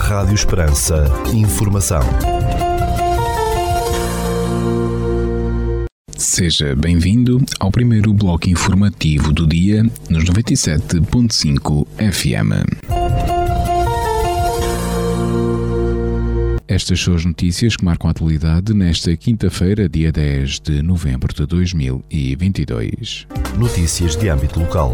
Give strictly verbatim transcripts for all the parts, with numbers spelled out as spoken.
Rádio Esperança. Informação. Seja bem-vindo ao primeiro bloco informativo do dia nos noventa e sete ponto cinco F M. Estas são as notícias que marcam a atualidade nesta quinta-feira, dia dez de novembro de dois mil e vinte e dois. Notícias de âmbito local.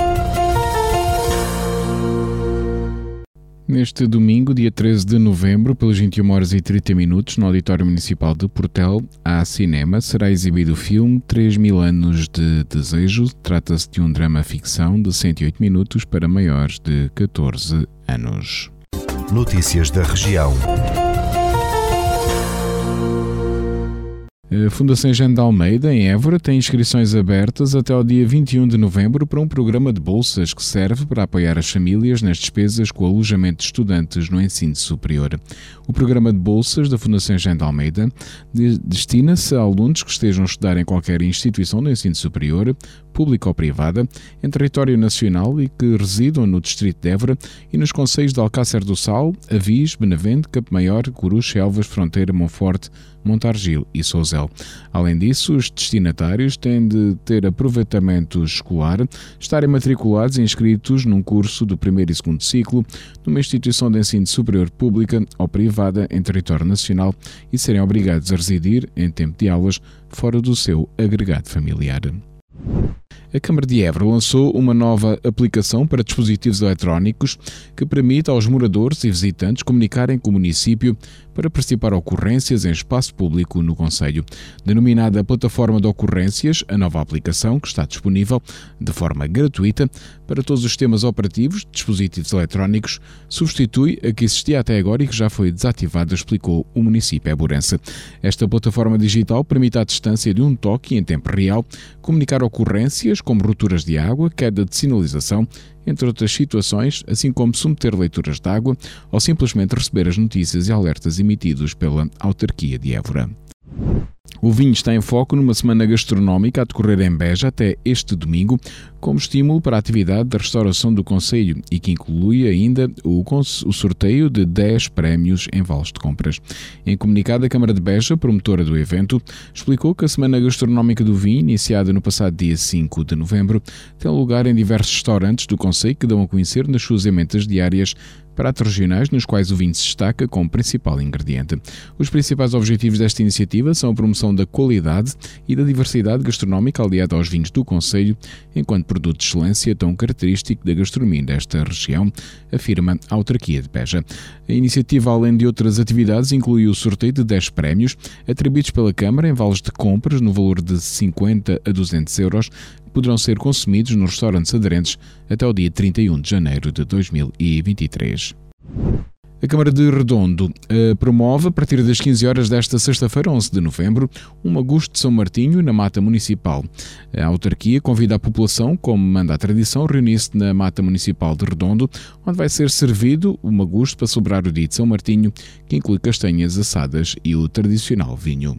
Neste domingo, dia treze de novembro, pelas vinte e uma horas e trinta minutos, no Auditório Municipal de Portel, à Cinema, será exibido o filme três mil anos de Desejo. Trata-se de um drama-ficção de cento e oito minutos para maiores de catorze anos. Notícias da região. A Fundação Jean de Almeida, em Évora, tem inscrições abertas até ao dia vinte e um de novembro para um programa de bolsas que serve para apoiar as famílias nas despesas com o alojamento de estudantes no ensino superior. O programa de bolsas da Fundação Jean de Almeida destina-se a alunos que estejam a estudar em qualquer instituição de ensino superior, pública ou privada, em território nacional e que residam no distrito de Évora e nos concelhos de Alcácer do Sal, Avis, Benavente, Campo Maior, Coruche, Elvas, Fronteira, Monforte, Montargil e Sousel. Além disso, os destinatários têm de ter aproveitamento escolar, estarem matriculados e inscritos num curso do primeiro e segundo ciclo, numa instituição de ensino superior pública ou privada em território nacional e serem obrigados a residir, em tempo de aulas, fora do seu agregado familiar. A Câmara de Évora lançou uma nova aplicação para dispositivos eletrónicos que permite aos moradores e visitantes comunicarem com o município para participar ocorrências em espaço público no concelho. Denominada Plataforma de Ocorrências, a nova aplicação, que está disponível de forma gratuita para todos os sistemas operativos de dispositivos eletrónicos, substitui a que existia até agora e que já foi desativada, explicou o município éborense. Esta plataforma digital permite à distância de um toque e em tempo real comunicar ocorrências como rupturas de água, queda de sinalização, entre outras situações, assim como submeter leituras de água ou simplesmente receber as notícias e alertas emitidos pela autarquia de Évora. O vinho está em foco numa semana gastronómica a decorrer em Beja até este domingo, como estímulo para a atividade da restauração do concelho e que inclui ainda o, o sorteio de dez prémios em vales de compras. Em comunicado, a Câmara de Beja, promotora do evento, explicou que a semana gastronómica do vinho, iniciada no passado dia cinco de novembro, tem lugar em diversos restaurantes do concelho que dão a conhecer nas suas emendas diárias pratos regionais nos quais o vinho se destaca como principal ingrediente. Os principais objetivos desta iniciativa são a promoção da qualidade e da diversidade gastronómica aliada aos vinhos do concelho, enquanto produto de excelência tão característico da gastronomia desta região, afirma a autarquia de Beja. A iniciativa, além de outras atividades, inclui o sorteio de dez prémios atribuídos pela Câmara em vales de compras no valor de cinquenta a duzentos euros, poderão ser consumidos nos restaurantes aderentes até o dia trinta e um de janeiro de dois mil e vinte e três. A Câmara de Redondo uh, promove, a partir das quinze horas desta sexta-feira, onze de novembro, um magusto de São Martinho na Mata Municipal. A autarquia convida a população, como manda a tradição, a reunir-se na Mata Municipal de Redondo, onde vai ser servido o magusto para celebrar o dia de São Martinho, que inclui castanhas assadas e o tradicional vinho.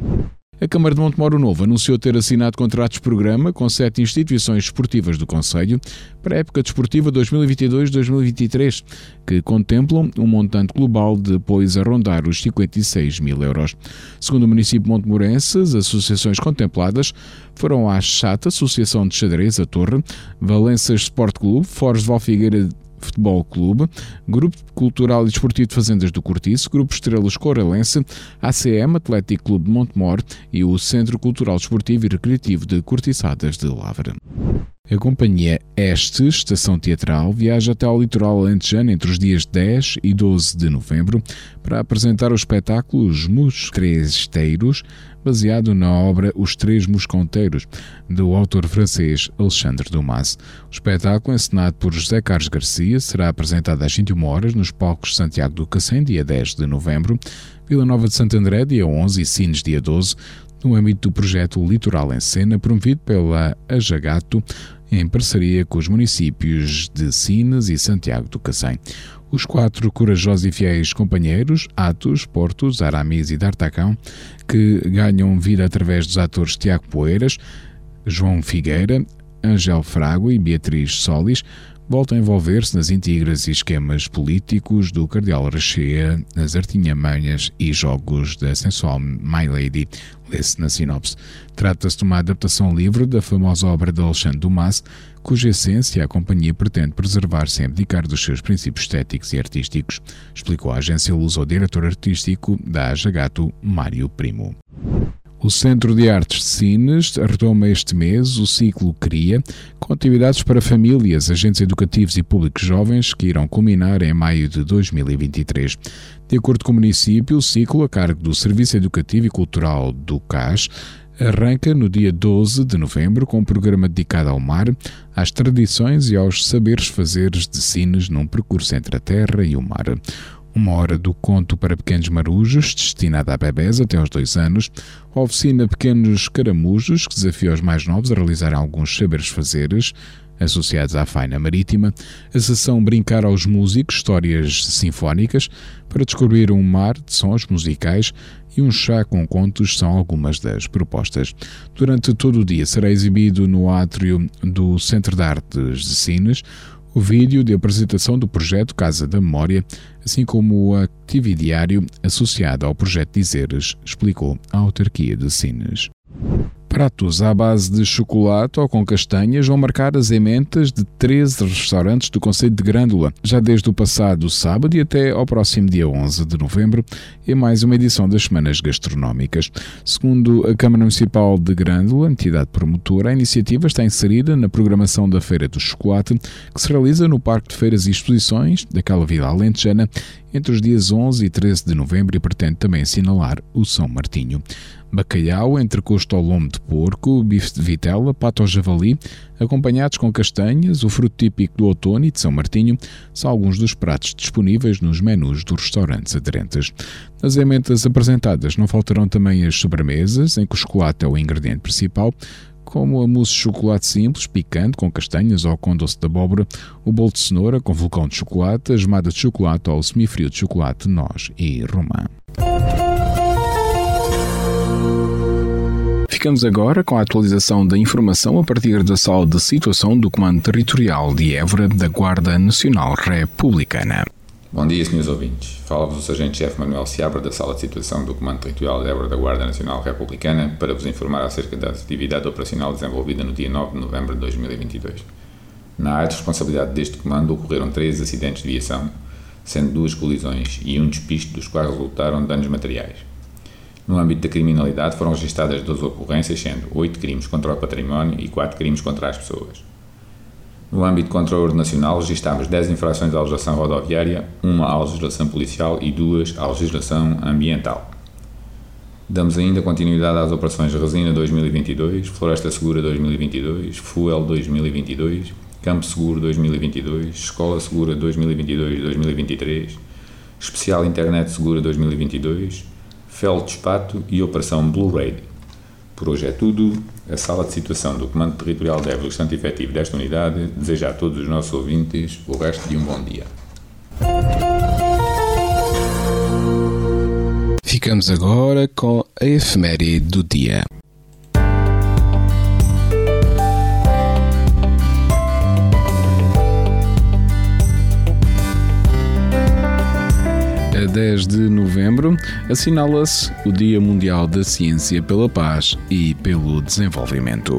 A Câmara de Montemoro Novo anunciou ter assinado contratos-programa com sete instituições esportivas do concelho para a época desportiva dois mil e vinte e dois dois mil e vinte e três, que contemplam um montante global de apoios a rondar os cinquenta e seis mil euros. Segundo o município montemorense, as associações contempladas foram a Chata, Associação de Xadrez, a Torre, Valenças Sport Clube, Foros de Valfigueira Futebol Clube, Grupo Cultural e Desportivo de Fazendas do Cortiço, Grupo Estrelas Coralense, A C M Atlético Clube de Montemor e o Centro Cultural Desportivo e Recreativo de Cortiçadas de Lavra. A companhia Este, Estação Teatral, viaja até ao litoral alentejano entre os dias dez e doze de novembro para apresentar o espetáculo Os Mosqueteiros, baseado na obra Os Três Mosconteiros, do autor francês Alexandre Dumas. O espetáculo, encenado por José Carlos Garcia, será apresentado às vinte e uma horas nos palcos de Santiago do Cacém, dia dez de novembro, Vila Nova de Santo André, dia onze e Sines, dia doze, no âmbito do projeto Litoral em Cena, promovido pela Ajagato, em parceria com os municípios de Sines e Santiago do Cacém. Os quatro corajosos e fiéis companheiros, Atos, Portos, Aramis e D'Artacão, que ganham vida através dos atores Tiago Poeiras, João Figueira, Angel Frago e Beatriz Solis, volta a envolver-se nas intrigas e esquemas políticos do Cardeal Rechea, nas artimanhas e jogos da sensual My Lady, lê-se na sinopse. Trata-se de uma adaptação livre da famosa obra de Alexandre Dumas, cuja essência a companhia pretende preservar sem abdicar dos seus princípios estéticos e artísticos, explicou a agência Luso o diretor artístico da Ajagato, Mário Primo. O Centro de Artes de Sines retoma este mês o ciclo Cria, com atividades para famílias, agentes educativos e públicos jovens que irão culminar em maio de dois mil e vinte e três. De acordo com o município, o ciclo, a cargo do Serviço Educativo e Cultural do C A S, arranca no dia doze de novembro com um programa dedicado ao mar, às tradições e aos saberes fazeres de Sines num percurso entre a terra e o mar. Uma hora do conto para pequenos marujos, destinada a bebés até aos dois anos, a oficina Pequenos Caramujos, que desafia os mais novos a realizar alguns saberes fazeres associados à faina marítima, a sessão Brincar aos Músicos, histórias sinfónicas, para descobrir um mar de sons musicais, e um chá com contos são algumas das propostas. Durante todo o dia será exibido no átrio do Centro de Artes de Sines o vídeo de apresentação do projeto Casa da Memória, assim como o atividiário associado ao projeto Dizeres, explicou a autarquia de Sines. Pratos à base de chocolate ou com castanhas vão marcar as ementas de treze restaurantes do concelho de Grândola, já desde o passado sábado e até ao próximo dia onze de novembro, em mais uma edição das Semanas Gastronómicas. Segundo a Câmara Municipal de Grândola, entidade promotora, a iniciativa está inserida na programação da Feira do Chocolate, que se realiza no Parque de Feiras e Exposições daquela vila alentejana entre os dias onze e treze de novembro e pretende também assinalar o São Martinho. Bacalhau, entrecosto ao lombo de porco, bife de vitela, pato ao javali, acompanhados com castanhas, o fruto típico do outono e de São Martinho, são alguns dos pratos disponíveis nos menus dos restaurantes aderentes. Nas emendas apresentadas não faltarão também as sobremesas, em que o chocolate é o ingrediente principal, como a mousse de chocolate simples, picante, com castanhas ou com doce de abóbora, o bolo de cenoura com vulcão de chocolate, a gemada de chocolate ou o semifrio de chocolate, noz e romã. Ficamos agora com a atualização da informação a partir da sala de situação do Comando Territorial de Évora da Guarda Nacional Republicana. Bom dia, senhores ouvintes. Fala-vos o Sargento-Chefe Manuel Seabra da Sala de Situação do Comando Territorial de Évora da Guarda Nacional Republicana para vos informar acerca da atividade operacional desenvolvida no dia nove de novembro de dois mil e vinte e dois. Na área de responsabilidade deste comando ocorreram três acidentes de viação, sendo duas colisões e um despiste, dos quais resultaram danos materiais. No âmbito da criminalidade foram registadas doze ocorrências, sendo oito crimes contra o património e quatro crimes contra as pessoas. No âmbito contra a ordem nacional, registámos dez infrações à legislação rodoviária, uma à legislação policial e duas à legislação ambiental. Damos ainda continuidade às operações Resina dois mil e vinte e dois, Floresta Segura dois mil e vinte e dois, Fuel dois mil e vinte e dois, Campo Seguro dois mil e vinte e dois, Escola Segura dois mil e vinte e dois a dois mil e vinte e três, Especial Internet Segura dois mil e vinte e dois, Fel de Espato e Operação Blue Raid. Por hoje é tudo. A Sala de Situação do Comando Territorial de Évora, o restante efetivo desta unidade, deseja a todos os nossos ouvintes o resto de um bom dia. Ficamos agora com a efeméride do dia. A dez de novembro assinala-se o Dia Mundial da Ciência pela Paz e pelo Desenvolvimento.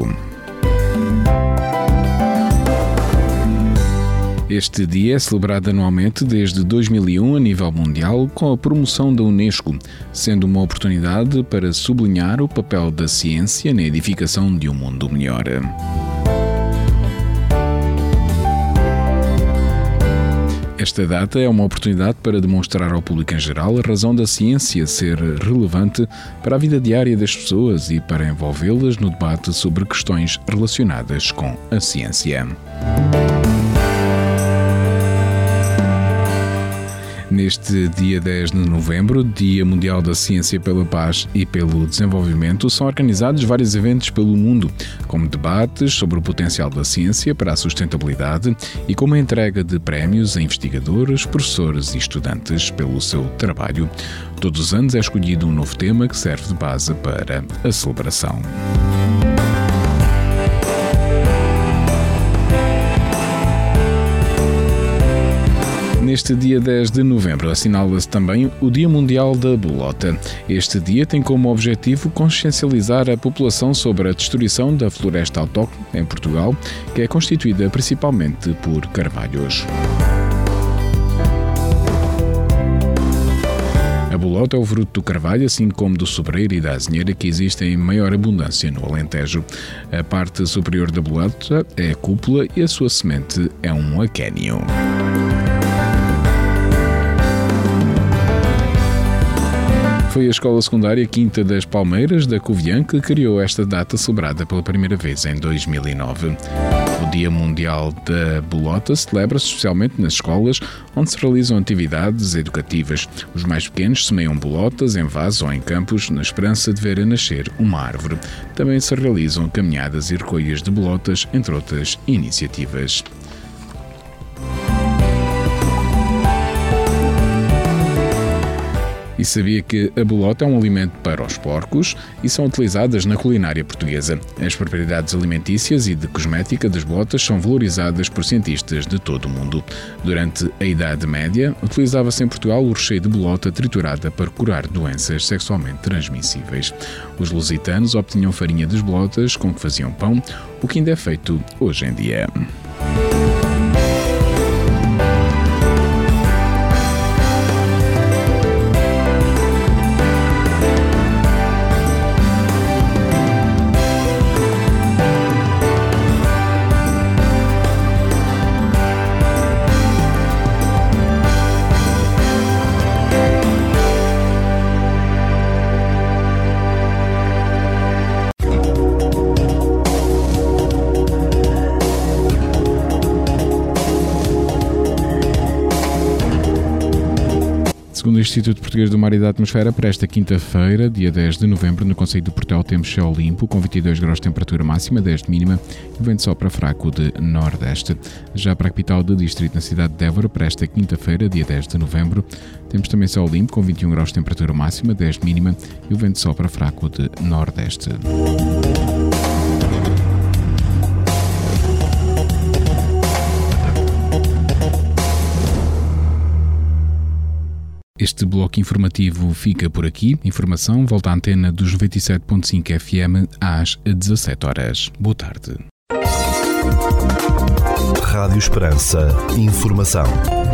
Este dia é celebrado anualmente desde dois mil e um a nível mundial com a promoção da Unesco, sendo uma oportunidade para sublinhar o papel da ciência na edificação de um mundo melhor. Esta data é uma oportunidade para demonstrar ao público em geral a razão da ciência ser relevante para a vida diária das pessoas e para envolvê-las no debate sobre questões relacionadas com a ciência. Neste dia dez de novembro, Dia Mundial da Ciência pela Paz e pelo Desenvolvimento, são organizados vários eventos pelo mundo, como debates sobre o potencial da ciência para a sustentabilidade e como a entrega de prémios a investigadores, professores e estudantes pelo seu trabalho. Todos os anos é escolhido um novo tema que serve de base para a celebração. Neste dia dez de novembro assinala-se também o Dia Mundial da Bolota. Este dia tem como objetivo consciencializar a população sobre a destruição da floresta autóctone em Portugal, que é constituída principalmente por carvalhos. A bolota é o fruto do carvalho, assim como do sobreiro e da azinheira, que existem em maior abundância no Alentejo. A parte superior da bolota é a cúpula e a sua semente é um aquênio. Foi a Escola Secundária Quinta das Palmeiras, da Covilhã, que criou esta data celebrada pela primeira vez em dois mil e nove. O Dia Mundial da Bolota celebra-se especialmente nas escolas, onde se realizam atividades educativas. Os mais pequenos semeiam bolotas em vasos ou em campos, na esperança de ver a nascer uma árvore. Também se realizam caminhadas e recolhas de bolotas, entre outras iniciativas. E sabia que a bolota é um alimento para os porcos e são utilizadas na culinária portuguesa. As propriedades alimentícias e de cosmética das bolotas são valorizadas por cientistas de todo o mundo. Durante a Idade Média, utilizava-se em Portugal o recheio de bolota triturada para curar doenças sexualmente transmissíveis. Os lusitanos obtinham farinha das bolotas com que faziam pão, o que ainda é feito hoje em dia. Segundo o Instituto Português do Mar e da Atmosfera, para esta quinta-feira, dia dez de novembro, no concelho do Portel temos céu limpo, com vinte e dois graus de temperatura máxima, dez de mínima, e vento sopra fraco de nordeste. Já para a capital do distrito, na cidade de Évora, para esta quinta-feira, dia dez de novembro, temos também céu limpo, com vinte e um graus de temperatura máxima, dez de mínima, e o vento sopra fraco de nordeste. Este bloco informativo fica por aqui. Informação volta à antena dos noventa e sete ponto cinco F M às dezassete horas. Boa tarde. Rádio Esperança. Informação.